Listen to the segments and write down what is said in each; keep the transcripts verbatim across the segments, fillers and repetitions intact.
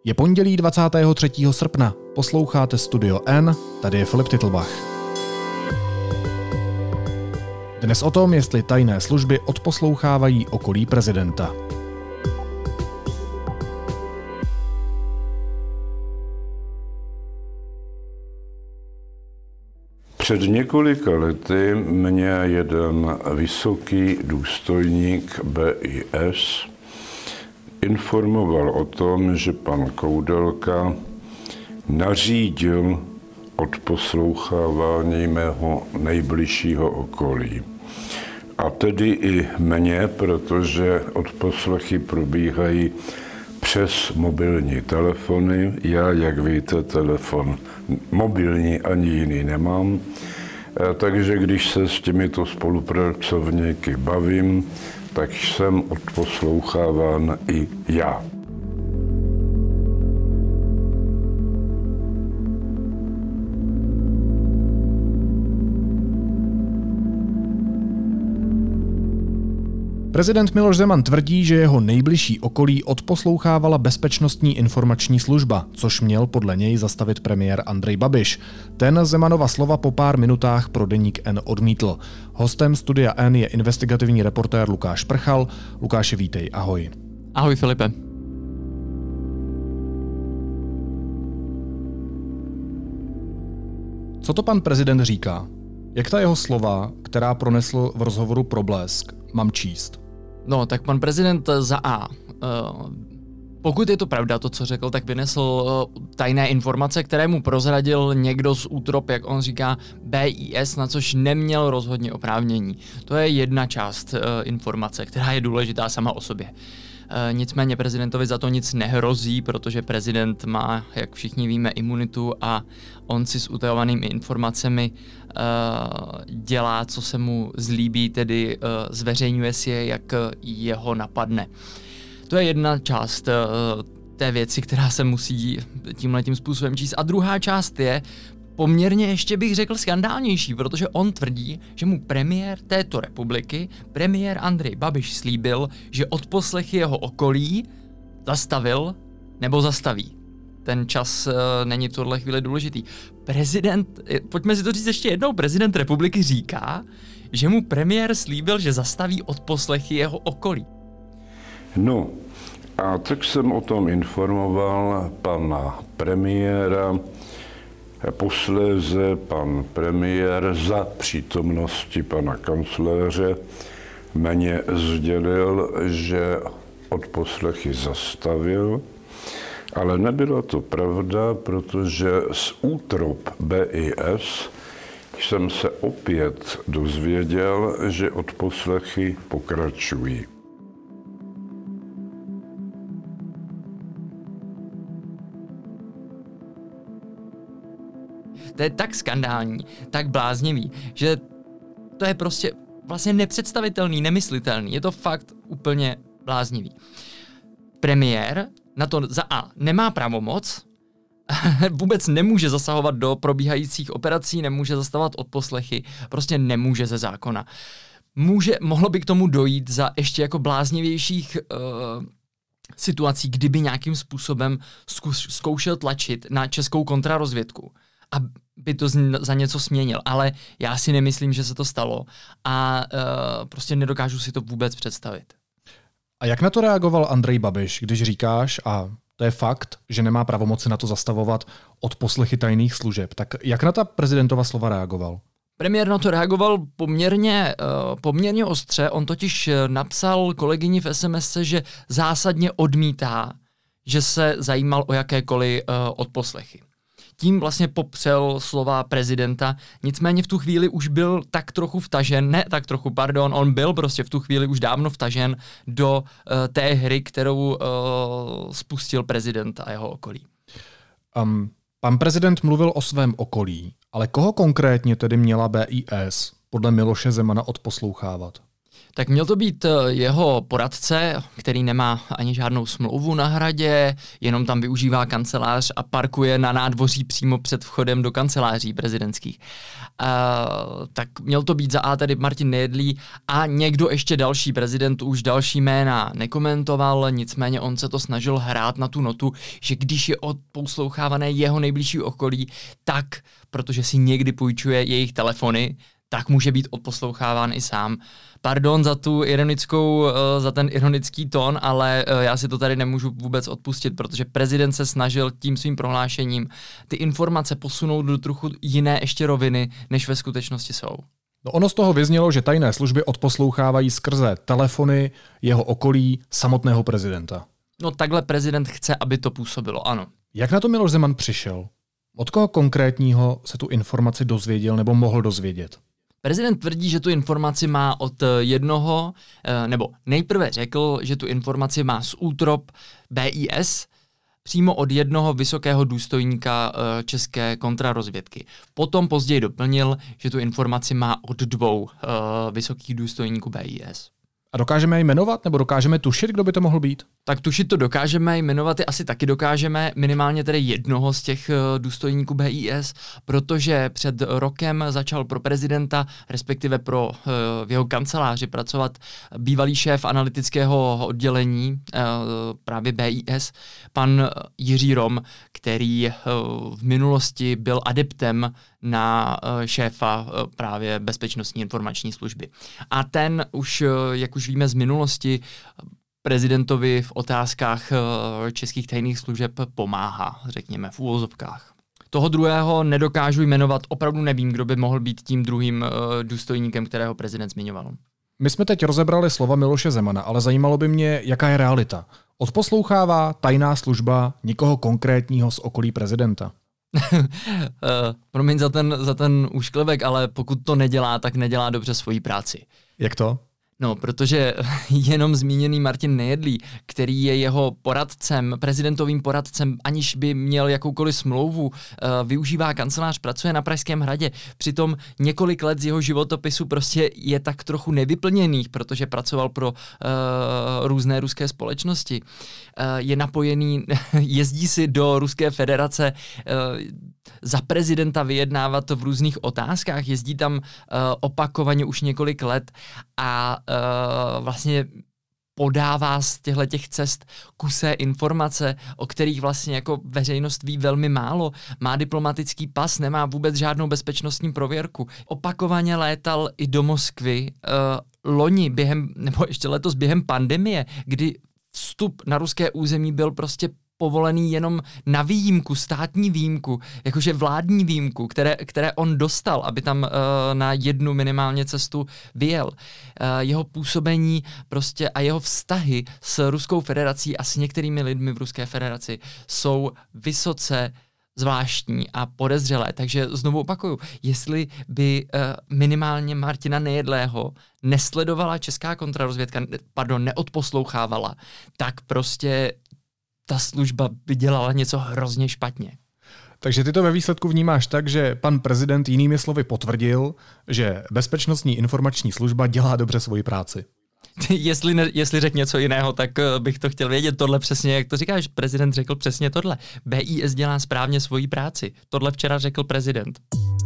Je pondělí dvacátého třetího srpna, posloucháte Studio N, tady je Filip Titlbach. Dnes o tom, jestli tajné služby odposlouchávají okolí prezidenta. Před několika lety mě jeden vysoký důstojník B I S informoval o tom, že pan Koudelka nařídil odposlouchávání mého nejbližšího okolí. A tedy i mě, protože odposlechy probíhají přes mobilní telefony. Já, jak víte, telefon mobilní ani jiný nemám. Takže když se s těmito spolupracovníky bavím, tak jsem odposloucháván i já. Prezident Miloš Zeman tvrdí, že jeho nejbližší okolí odposlouchávala Bezpečnostní informační služba, což měl podle něj zastavit premiér Andrej Babiš. Ten Zemanova slova po pár minutách pro deník N odmítl. Hostem Studia N je investigativní reportér Lukáš Prchal. Lukáši, vítej, ahoj. Ahoj, Filipe. Co to pan prezident říká? Jak ta jeho slova, která pronesl v rozhovoru pro Blesk, mám číst? No, tak pan prezident za A. Uh, pokud je to pravda, to, co řekl, tak vynesl uh, tajné informace, které mu prozradil někdo z útrop, jak on říká, B I S, na což neměl rozhodně oprávnění. To je jedna část uh, informace, která je důležitá sama o sobě. Uh, nicméně prezidentovi za to nic nehrozí, protože prezident má, jak všichni víme, imunitu a on si s utajovanými informacemi uh, dělá, co se mu zlíbí, tedy uh, zveřejňuje si je, jak jeho napadne. To je jedna část uh, té věci, která se musí tímhletím způsobem číst. A druhá část je poměrně, ještě bych řekl, skandálnější, protože on tvrdí, že mu premiér této republiky, premiér Andrej Babiš, slíbil, že odposlechy jeho okolí zastavil nebo zastaví. Ten čas uh, není v tohle chvíli důležitý. Prezident, pojďme si to říct ještě jednou, prezident republiky říká, že mu premiér slíbil, že zastaví odposlechy jeho okolí. No, a tak jsem o tom informoval pana premiéra. Posléze pan premiér za přítomnosti pana kancléře mě sdělil, že odposlechy zastavil, ale nebyla to pravda, protože z útrop B I S jsem se opět dozvěděl, že odposlechy pokračují. To je tak skandální, tak bláznivý, že to je prostě vlastně nepředstavitelný, nemyslitelný. Je to fakt úplně bláznivý. Premiér na to za A nemá pravomoc, vůbec nemůže zasahovat do probíhajících operací, nemůže zastavovat odposlechy, prostě nemůže ze zákona. Může, mohlo by k tomu dojít za ještě jako bláznivějších uh, situací, kdyby nějakým způsobem zkus, zkoušel tlačit na českou kontrarozvědku, aby to za něco směnil, ale já si nemyslím, že se to stalo a uh, prostě nedokážu si to vůbec představit. A jak na to reagoval Andrej Babiš, když říkáš, a to je fakt, že nemá pravomoci na to zastavovat odposlechy tajných služeb, tak jak na ta prezidentova slova reagoval? Premiér na to reagoval poměrně, uh, poměrně ostře, on totiž napsal kolegyni v es em es, že zásadně odmítá, že se zajímal o jakékoliv uh, odposlechy. Tím vlastně popřel slova prezidenta, nicméně v tu chvíli už byl tak trochu vtažen, ne tak trochu, pardon, on byl prostě v tu chvíli už dávno vtažen do uh, té hry, kterou uh, spustil prezident a jeho okolí. Um, pan prezident mluvil o svém okolí, ale koho konkrétně tedy měla B I S podle Miloše Zemana odposlouchávat? Tak měl to být jeho poradce, který nemá ani žádnou smlouvu na Hradě, jenom tam využívá kancelář a parkuje na nádvoří přímo před vchodem do kanceláří prezidentských. Uh, tak měl to být za A tedy Martin Nejedlý a někdo ještě další. Prezident už další jména nekomentoval, nicméně on se to snažil hrát na tu notu, že když je odposlouchávané jeho nejbližší okolí, tak, protože si někdy půjčuje jejich telefony, tak může být odposloucháván i sám. Pardon za tu ironickou, za ten ironický tón, ale já si to tady nemůžu vůbec odpustit, protože prezident se snažil tím svým prohlášením ty informace posunout do trochu jiné ještě roviny, než ve skutečnosti jsou. No ono z toho vyznělo, že tajné služby odposlouchávají skrze telefony jeho okolí samotného prezidenta. No takhle prezident chce, aby to působilo, ano. Jak na to Miloš Zeman přišel? Od koho konkrétního se tu informaci dozvěděl nebo mohl dozvědět? Prezident tvrdí, že tu informaci má od jednoho, nebo nejprve řekl, že tu informaci má z útrop B I S, přímo od jednoho vysokého důstojníka české kontrarozvědky. Potom později doplnil, že tu informaci má od dvou uh, vysokých důstojníků B I S. A dokážeme je jmenovat, nebo dokážeme tušit, kdo by to mohl být? Tak tušit to dokážeme, jmenovat je asi taky dokážeme, minimálně tedy jednoho z těch uh, důstojníků B I S, protože před rokem začal pro prezidenta, respektive pro uh, v jeho kanceláři pracovat bývalý šéf analytického oddělení uh, právě B I S, pan Jiří Rom, který uh, v minulosti byl adeptem na uh, šéfa uh, právě Bezpečnostní informační služby. A ten už, uh, jak už víme z minulosti, prezidentovi v otázkách českých tajných služeb pomáhá, řekněme, v úvozovkách. Toho druhého nedokážu jmenovat, opravdu nevím, kdo by mohl být tím druhým důstojníkem, kterého prezident zmiňoval. My jsme teď rozebrali slova Miloše Zemana, ale zajímalo by mě, jaká je realita. Odposlouchává tajná služba nikoho konkrétního z okolí prezidenta? uh, promiň za ten, za ten úšklebek, ale pokud to nedělá, tak nedělá dobře svoji práci. Jak to? No, protože jenom zmíněný Martin Nejedlý, který je jeho poradcem, prezidentovým poradcem, aniž by měl jakoukoliv smlouvu, využívá kancelář, pracuje na Pražském hradě. Přitom několik let z jeho životopisu prostě je tak trochu nevyplněných, protože pracoval pro uh, různé ruské společnosti. Uh, je napojený, jezdí si do Ruské federace uh, za prezidenta vyjednávat v různých otázkách, jezdí tam uh, opakovaně už několik let a uh, vlastně podává z těchto těch cest kusé informace, o kterých vlastně jako veřejnost ví velmi málo. Má diplomatický pas, nemá vůbec žádnou bezpečnostní prověrku. Opakovaně létal i do Moskvy uh, loni během, nebo ještě letos během pandemie, kdy vstup na ruské území byl prostě povolený jenom na výjimku, státní výjimku, jakože vládní výjimku, které, které on dostal, aby tam uh, na jednu minimálně cestu vyjel. Uh, jeho působení prostě a jeho vztahy s Ruskou federací a s některými lidmi v Ruské federaci jsou vysoce zvláštní a podezřelé. Takže znovu opakuju, jestli by uh, minimálně Martina Nejedlého nesledovala česká kontrarozvědka, pardon, neodposlouchávala, tak prostě ta služba by dělala něco hrozně špatně. Takže ty to ve výsledku vnímáš tak, že pan prezident jinými slovy potvrdil, že Bezpečnostní informační služba dělá dobře svoji práci. jestli, ne, jestli řekl něco jiného, tak bych to chtěl vědět. Tohle přesně, jak to říkáš, prezident řekl přesně tohle. B I S dělá správně svoji práci. Tohle včera řekl prezident.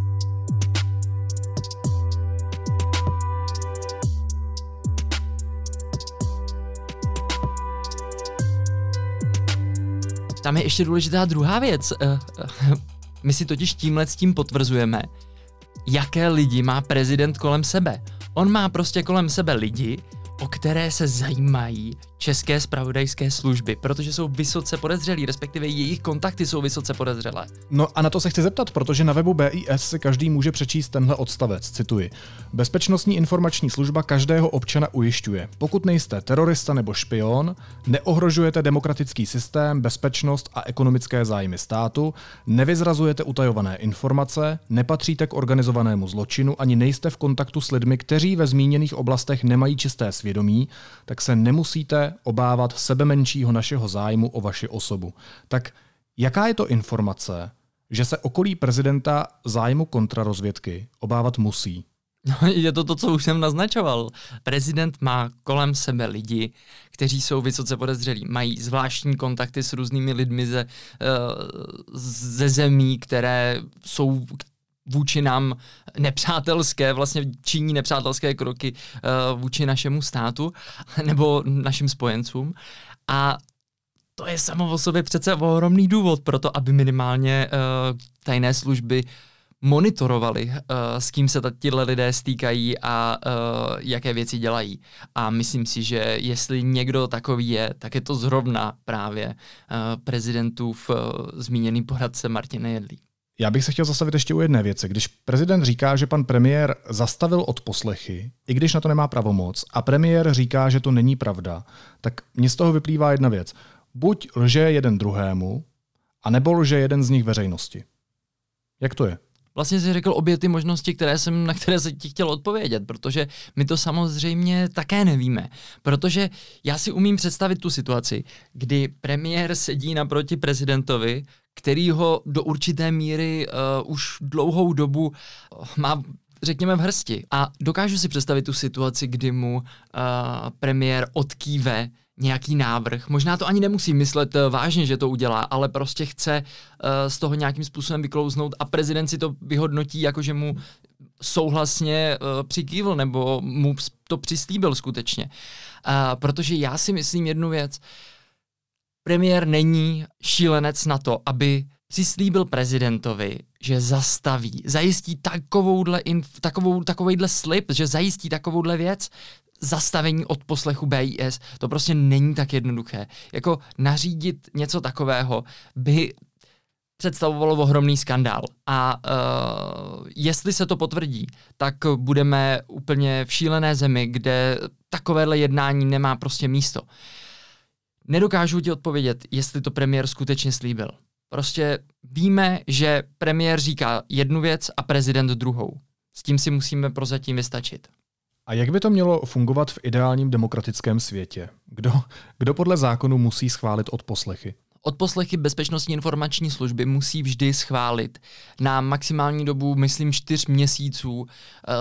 Tam je ještě důležitá druhá věc. My si totiž tímhle s tím potvrzujeme, jaké lidi má prezident kolem sebe. On má prostě kolem sebe lidi, o které se zajímají české zpravodajské služby, protože jsou vysoce podezřelí, respektive jejich kontakty jsou vysoce podezřelé. No a na to se chci zeptat, protože na webu B I S si každý může přečíst tenhle odstavec, cituji. Bezpečnostní informační služba každého občana ujišťuje, pokud nejste terorista nebo špion, neohrožujete demokratický systém, bezpečnost a ekonomické zájmy státu, nevyzrazujete utajované informace, nepatříte k organizovanému zločinu ani nejste v kontaktu s lidmi, kteří ve zmíněných oblastech nemají čisté svědomí, tak se nemusíte obávat sebemenšího našeho zájmu o vaši osobu. Tak jaká je to informace, že se okolí prezidenta zájmu kontrarozvědky obávat musí? No, je to to, co už jsem naznačoval. Prezident má kolem sebe lidi, kteří jsou vysoce podezřelí. Mají zvláštní kontakty s různými lidmi ze, ze zemí, které jsou vůči nám nepřátelské, vlastně činí nepřátelské kroky vůči našemu státu nebo našim spojencům. A to je samo o sobě přece ohromný důvod pro to, aby minimálně uh, tajné služby monitorovali, uh, s kým se tyhle lidé stýkají a uh, jaké věci dělají. A myslím si, že jestli někdo takový je, tak je to zrovna právě uh, prezidentův uh, zmíněný poradce Martin Nejedlý. Já bych se chtěl zastavit ještě u jedné věci. Když prezident říká, že pan premiér zastavil odposlechy, i když na to nemá pravomoc, a premiér říká, že to není pravda, tak mně z toho vyplývá jedna věc. Buď lže jeden druhému, anebo lže jeden z nich veřejnosti. Jak to je? Vlastně jsi řekl obě ty možnosti, které jsem, na které se ti chtěl odpovědět, protože my to samozřejmě také nevíme. Protože já si umím představit tu situaci, kdy premiér sedí naproti prezidentovi, který ho do určité míry uh, už dlouhou dobu má, řekněme, v hrsti. A dokážu si představit tu situaci, kdy mu uh, premiér odkýve nějaký návrh. Možná to ani nemusí myslet vážně, že to udělá, ale prostě chce uh, z toho nějakým způsobem vyklouznout a prezident si to vyhodnotí, jako že mu souhlasně uh, přikývl nebo mu to přislíbil skutečně. Uh, protože já si myslím jednu věc. Premiér není šílenec na to, aby přislíbil prezidentovi, že zastaví, zajistí takovouhle inf, takovou, takovejhle slib, že zajistí takovouhle věc, zastavení odposlechu B I S. To prostě není tak jednoduché. Jako nařídit něco takového by představovalo ohromný skandál. A uh, jestli se to potvrdí, tak budeme úplně v šílené zemi, kde takovéhle jednání nemá prostě místo. Nedokážu ti odpovědět, jestli to premiér skutečně slíbil. Prostě víme, že premiér říká jednu věc a prezident druhou. S tím si musíme prozatím vystačit. A jak by to mělo fungovat v ideálním demokratickém světě? Kdo, kdo podle zákonu musí schválit odposlechy? Odposlechy Bezpečnostní informační služby musí vždy schválit na maximální dobu, myslím, čtyř měsíců uh,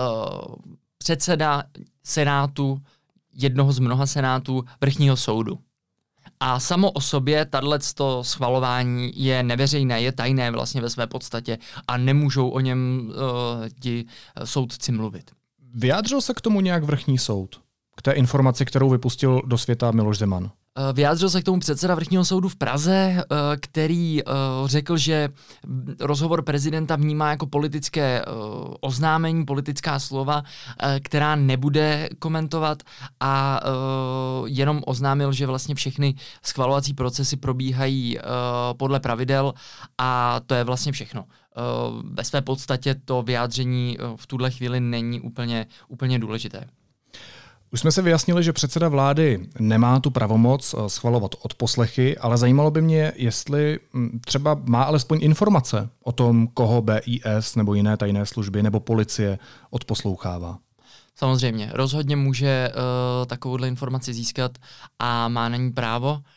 předseda senátu, jednoho z mnoha senátů, vrchního soudu. A samo o sobě tato schvalování je neveřejné, je tajné vlastně ve své podstatě a nemůžou o něm uh, ti soudci mluvit. Vyjádřil se k tomu nějak vrchní soud? K té informaci, kterou vypustil do světa Miloš Zeman? Vyjádřil se k tomu předseda vrchního soudu v Praze, který řekl, že rozhovor prezidenta vnímá jako politické oznámení, politická slova, která nebude komentovat a jenom oznámil, že vlastně všechny schvalovací procesy probíhají podle pravidel a to je vlastně všechno. Ve své podstatě to vyjádření v tuhle chvíli není úplně, úplně důležité. Už jsme se vyjasnili, že předseda vlády nemá tu pravomoc schvalovat odposlechy, ale zajímalo by mě, jestli třeba má alespoň informace o tom, koho B I S nebo jiné tajné služby nebo policie odposlouchává. Samozřejmě, rozhodně může uh, takovouhle informaci získat a má na ní právo, uh,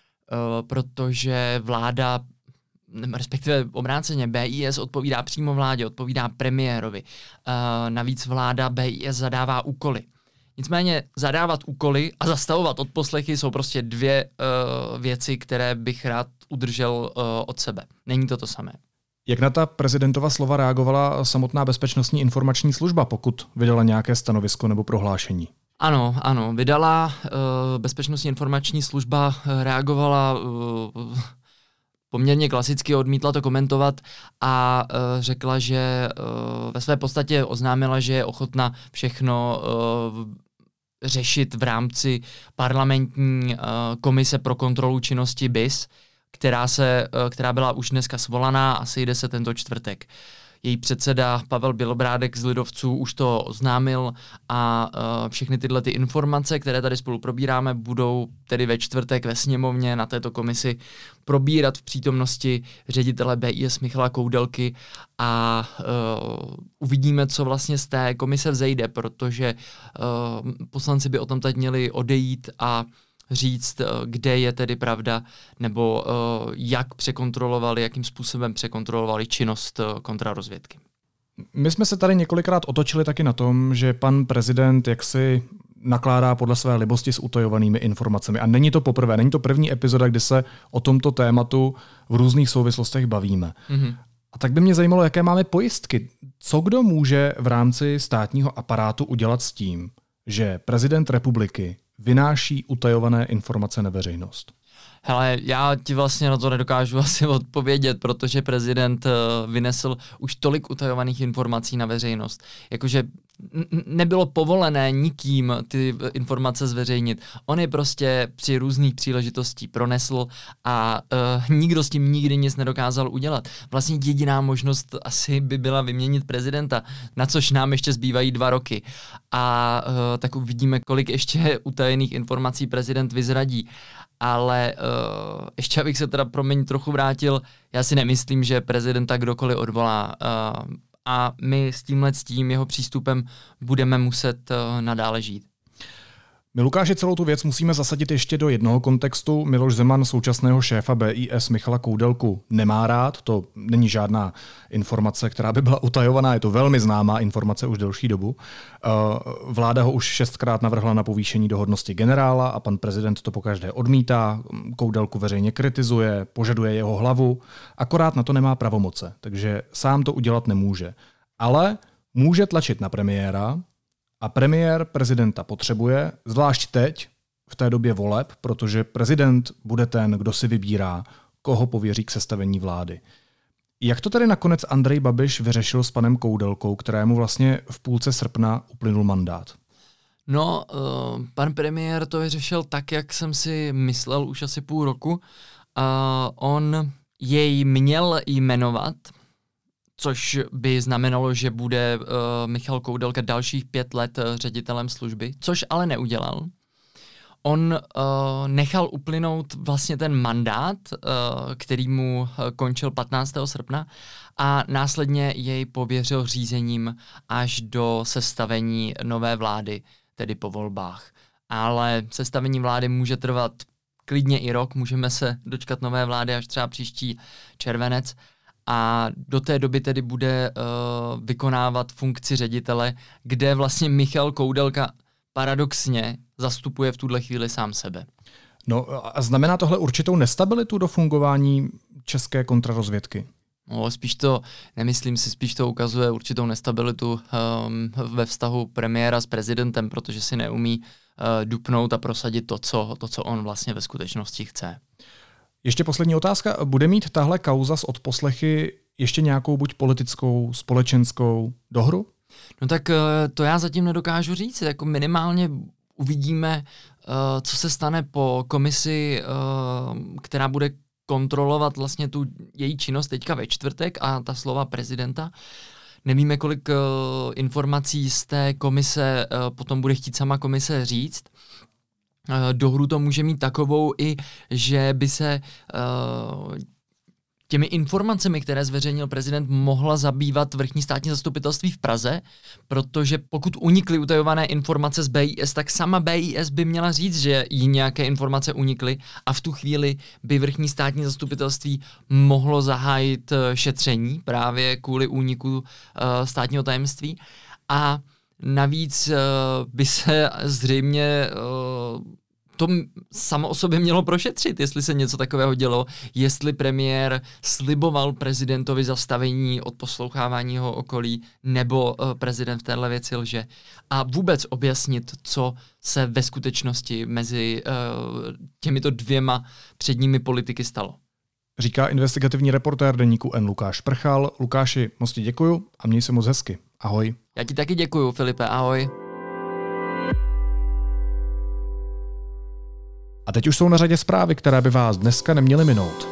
protože vláda, respektive obráceně, B I S odpovídá přímo vládě, odpovídá premiérovi. Uh, navíc vláda B I S zadává úkoly. Nicméně zadávat úkoly a zastavovat odposlechy jsou prostě dvě uh, věci, které bych rád udržel uh, od sebe. Není to to samé. Jak na ta prezidentova slova reagovala samotná Bezpečnostní informační služba, pokud vydala nějaké stanovisko nebo prohlášení? Ano, ano, vydala. Uh, Bezpečnostní informační služba reagovala uh, poměrně klasicky, odmítla to komentovat a uh, řekla, že uh, ve své podstatě oznámila, že je ochotna všechno uh, řešit v rámci parlamentní uh, komise pro kontrolu činnosti B I S, která, se, uh, která byla už dneska svolaná a sejde se tento čtvrtek. Její předseda Pavel Bělobrádek z Lidovců už to oznámil a uh, všechny tyhle ty informace, které tady spolu probíráme, budou tedy ve čtvrtek ve sněmovně na této komisi probírat v přítomnosti ředitele B I S Michala Koudelky a uh, uvidíme, co vlastně z té komise vzejde, protože uh, poslanci by o tom teď měli odejít a říct, kde je tedy pravda, nebo uh, jak překontrolovali, jakým způsobem překontrolovali činnost uh, kontrarozvědky. My jsme se tady několikrát otočili taky na tom, že pan prezident jaksi nakládá podle své libosti s utajovanými informacemi. A není to poprvé, není to první epizoda, kdy se o tomto tématu v různých souvislostech bavíme. Mm-hmm. A tak by mě zajímalo, jaké máme pojistky. Co kdo může v rámci státního aparátu udělat s tím, že prezident republiky vynáší utajované informace na veřejnost? Hele, já ti vlastně na to nedokážu asi odpovědět, protože prezident vynesl už tolik utajovaných informací na veřejnost. Jakože nebylo povolené nikým ty informace zveřejnit. On je prostě při různých příležitostí pronesl a uh, nikdo s tím nikdy nic nedokázal udělat. Vlastně jediná možnost asi by byla vyměnit prezidenta, na což nám ještě zbývají dva roky. A uh, tak uvidíme, kolik ještě utajených informací prezident vyzradí. Ale uh, ještě abych se teda promiň trochu vrátil, já si nemyslím, že prezidenta kdokoliv odvolá. Uh, a my s tímhle s tím jeho přístupem budeme muset uh, nadále žít. My, Lukáši, celou tu věc musíme zasadit ještě do jednoho kontextu. Miloš Zeman, současného šéfa B I S Michala Koudelku, nemá rád. To není žádná informace, která by byla utajovaná. Je to velmi známá informace už delší dobu. Vláda ho už šestkrát navrhla na povýšení do hodnosti generála a pan prezident to pokaždé odmítá. Koudelku veřejně kritizuje, požaduje jeho hlavu. Akorát na to nemá pravomoce, takže sám to udělat nemůže. Ale může tlačit na premiéra, a premiér prezidenta potřebuje, zvlášť teď, v té době voleb, protože prezident bude ten, kdo si vybírá, koho pověří k sestavení vlády. Jak to tedy nakonec Andrej Babiš vyřešil s panem Koudelkou, kterému vlastně v půlce srpna uplynul mandát? No, uh, pan premiér to vyřešil tak, jak jsem si myslel už asi půl roku. Uh, on jej měl jmenovat, což by znamenalo, že bude uh, Michal Koudelka dalších pět let uh, ředitelem služby, což ale neudělal. On uh, nechal uplynout vlastně ten mandát, uh, který mu uh, končil patnáctého srpna a následně jej pověřil řízením až do sestavení nové vlády, tedy po volbách. Ale sestavení vlády může trvat klidně i rok, můžeme se dočkat nové vlády až třeba příští červenec. A do té doby tedy bude uh, vykonávat funkci ředitele, kde vlastně Michal Koudelka paradoxně zastupuje v tuhle chvíli sám sebe. No a znamená tohle určitou nestabilitu do fungování české kontrarozvědky? No, spíš to, nemyslím si, spíš to ukazuje určitou nestabilitu um, ve vztahu premiéra s prezidentem, protože si neumí uh, dupnout a prosadit to co, to, co on vlastně ve skutečnosti chce. Ještě poslední otázka. Bude mít tahle kauza s odposlechy ještě nějakou buď politickou, společenskou dohru? No tak to já zatím nedokážu říct. Jako minimálně uvidíme, co se stane po komisi, která bude kontrolovat vlastně tu její činnost teďka ve čtvrtek a ta slova prezidenta. Nevíme, kolik informací z té komise potom bude chtít sama komise říct. Dohru to může mít takovou i, že by se uh, těmi informacemi, které zveřejnil prezident, mohla zabývat vrchní státní zastupitelství v Praze, protože pokud unikly utajované informace z B I S, tak sama B I S by měla říct, že jí nějaké informace unikly a v tu chvíli by vrchní státní zastupitelství mohlo zahájit šetření právě kvůli úniku uh, státního tajemství a navíc uh, by se zřejmě uh, to samo o sobě mělo prošetřit, jestli se něco takového dělo, jestli premiér sliboval prezidentovi zastavení odposlouchávání jeho okolí, nebo uh, prezident v téhle věci lže. A vůbec objasnit, co se ve skutečnosti mezi uh, těmito dvěma předními politiky stalo. Říká investigativní reportér deníku N Lukáš Prchal. Lukáši, moc ti děkuju a měj se moc hezky. Ahoj. Já ti taky děkuju, Filipe, ahoj. A teď už jsou na řadě zprávy, které by vás dneska neměly minout.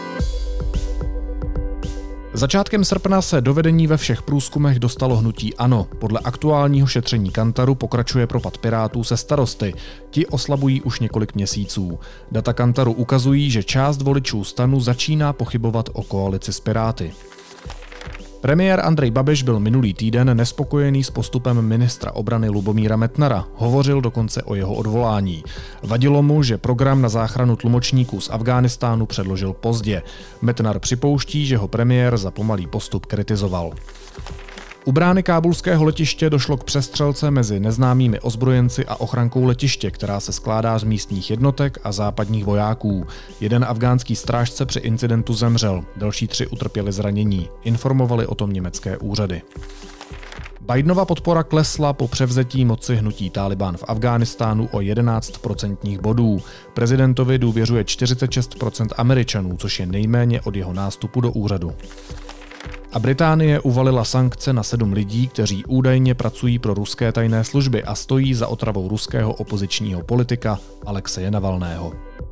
Začátkem srpna se do vedení ve všech průzkumech dostalo hnutí ANO. Podle aktuálního šetření Kantaru pokračuje propad Pirátů se Starosty. Ti oslabují už několik měsíců. Data Kantaru ukazují, že část voličů STANu začíná pochybovat o koalici s Piráty. Premiér Andrej Babiš byl minulý týden nespokojený s postupem ministra obrany Lubomíra Metnara. Hovořil dokonce o jeho odvolání. Vadilo mu, že program na záchranu tlumočníků z Afghánistánu předložil pozdě. Metnar připouští, že ho premiér za pomalý postup kritizoval. U brány kábulského letiště došlo k přestřelce mezi neznámými ozbrojenci a ochrankou letiště, která se skládá z místních jednotek a západních vojáků. Jeden afgánský strážce při incidentu zemřel, další tři utrpěli zranění. Informovali o tom německé úřady. Bidenova podpora klesla po převzetí moci hnutí Tálibán v Afghánistánu o jedenáct procentních bodů. Prezidentovi důvěřuje čtyřicet šest procent Američanů, což je nejméně od jeho nástupu do úřadu. A Británie uvalila sankce na sedm lidí, kteří údajně pracují pro ruské tajné služby a stojí za otravou ruského opozičního politika Alexeje Navalného.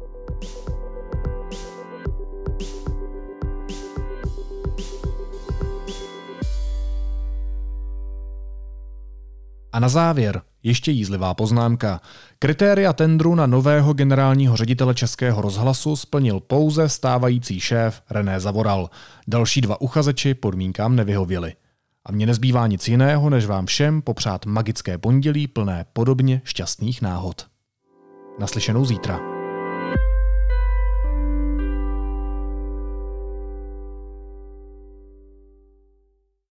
A na závěr ještě jízlivá poznámka. Kritéria tendru na nového generálního ředitele Českého rozhlasu splnil pouze stávající šéf René Zavoral. Další dva uchazeči podmínkám nevyhověli. A mně nezbývá nic jiného, než vám všem popřát magické pondělí plné podobně šťastných náhod. Naslyšenou zítra.